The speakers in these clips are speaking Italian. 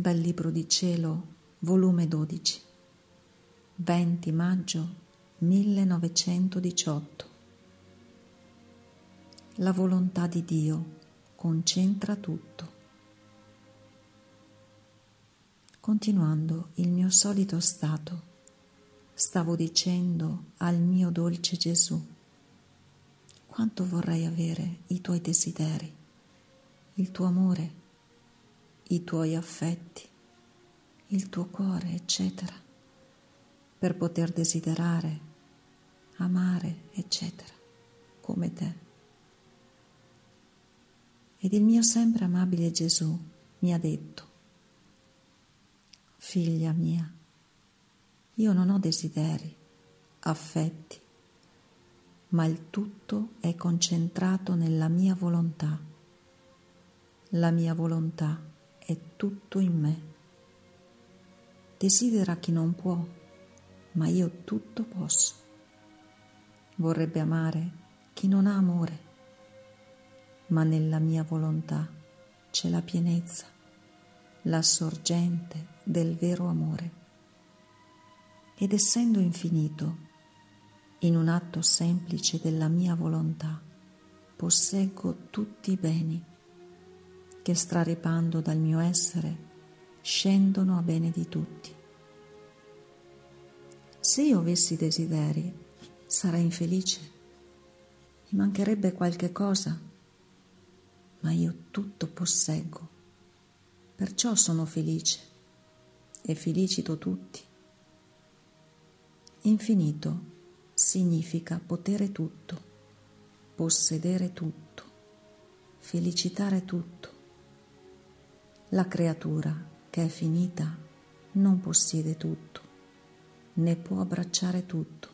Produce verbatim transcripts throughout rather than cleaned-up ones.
Dal Libro di Cielo, volume dodici, venti maggio millenovecentodiciotto. La volontà di Dio concentra tutto. Continuando il mio solito stato, stavo dicendo al mio dolce Gesù: quanto vorrei avere i tuoi desideri, il tuo amore, i tuoi affetti, il tuo cuore, eccetera, per poter desiderare, amare, eccetera, come te. Ed il mio sempre amabile Gesù mi ha detto: figlia mia, io non ho desideri, affetti, ma il tutto è concentrato nella mia volontà. La mia volontà è tutto in me. Desidera chi non può, ma io tutto posso. Vorrebbe amare chi non ha amore, ma nella mia volontà c'è la pienezza, la sorgente del vero amore. Ed essendo infinito, in un atto semplice della mia volontà posseggo tutti i beni che, straripando dal mio essere, scendono a bene di tutti. Se io avessi desideri, sarei infelice, mi mancherebbe qualche cosa, ma io tutto posseggo, perciò sono felice e felicito tutti. Infinito significa potere tutto, possedere tutto, felicitare tutto. La creatura che è finita non possiede tutto, né può abbracciare tutto.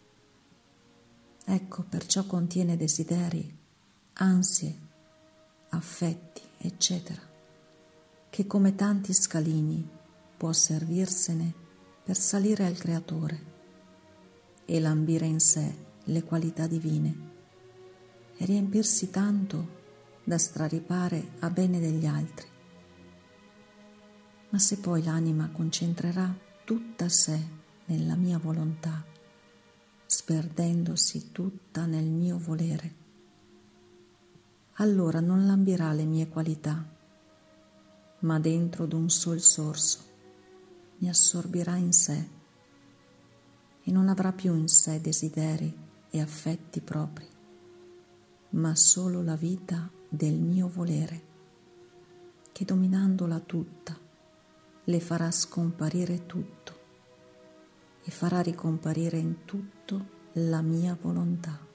Ecco perciò contiene desideri, ansie, affetti, eccetera, che come tanti scalini può servirsene per salire al Creatore e lambire in sé le qualità divine e riempirsi tanto da straripare a bene degli altri. Ma se poi l'anima concentrerà tutta sé nella mia volontà, sperdendosi tutta nel mio volere, allora non lambirà le mie qualità, ma dentro d'un sol sorso mi assorbirà in sé e non avrà più in sé desideri e affetti propri, ma solo la vita del mio volere, che dominandola tutta le farà scomparire tutto e farà ricomparire in tutto la mia volontà.